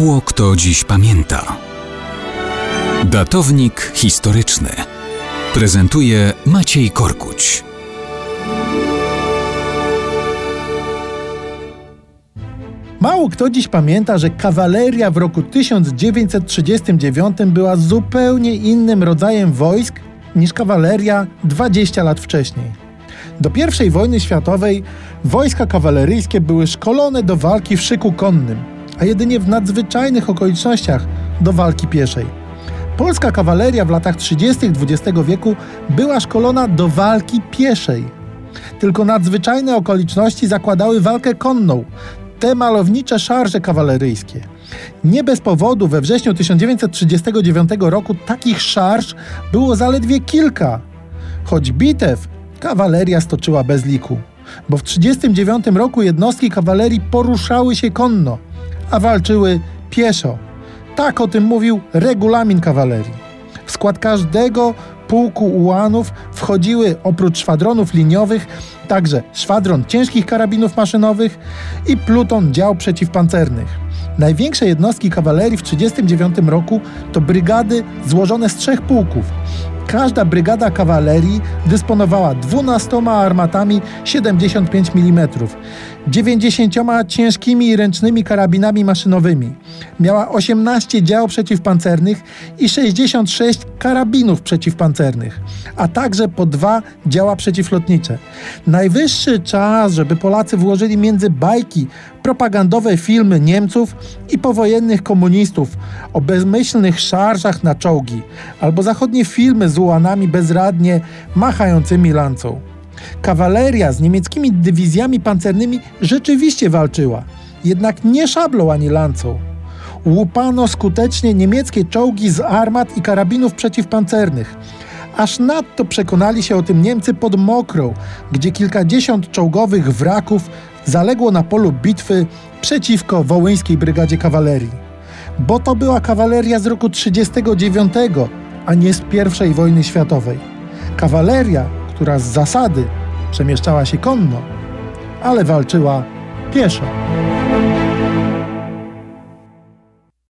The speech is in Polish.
Mało kto dziś pamięta. Datownik historyczny prezentuje Maciej Korkuć. Mało kto dziś pamięta, że kawaleria w roku 1939 była zupełnie innym rodzajem wojsk niż kawaleria 20 lat wcześniej. Do I wojny światowej wojska kawaleryjskie były szkolone do walki w szyku konnym, a jedynie w nadzwyczajnych okolicznościach do walki pieszej. Polska kawaleria w latach 30. XX wieku była szkolona do walki pieszej. Tylko nadzwyczajne okoliczności zakładały walkę konną, te malownicze szarże kawaleryjskie. Nie bez powodu we wrześniu 1939 roku takich szarż było zaledwie kilka. Choć bitew kawaleria stoczyła bez liku, bo w 1939 roku jednostki kawalerii poruszały się konno, a walczyły pieszo. Tak o tym mówił regulamin kawalerii. W skład każdego pułku ułanów wchodziły oprócz szwadronów liniowych także szwadron ciężkich karabinów maszynowych i pluton dział przeciwpancernych. Największe jednostki kawalerii w 1939 roku to brygady złożone z 3 pułków. Każda brygada kawalerii dysponowała 12 armatami 75 mm, 90 ciężkimi i ręcznymi karabinami maszynowymi. Miała 18 dział przeciwpancernych i 66 karabinów przeciwpancernych, a także po 2 działa przeciwlotnicze. Najwyższy czas, żeby Polacy włożyli między bajki propagandowe filmy Niemców i powojennych komunistów o bezmyślnych szarżach na czołgi, albo zachodnie filmy z ułanami bezradnie machającymi lancą. Kawaleria z niemieckimi dywizjami pancernymi rzeczywiście walczyła, jednak nie szablą ani lancą. Łupano skutecznie niemieckie czołgi z armat i karabinów przeciwpancernych. Aż nadto przekonali się o tym Niemcy pod Mokrą, gdzie kilkadziesiąt czołgowych wraków zaległo na polu bitwy przeciwko wołyńskiej brygadzie kawalerii. Bo to była kawaleria z roku 1939, a nie z I wojny światowej. Kawaleria, która z zasady przemieszczała się konno, ale walczyła pieszo.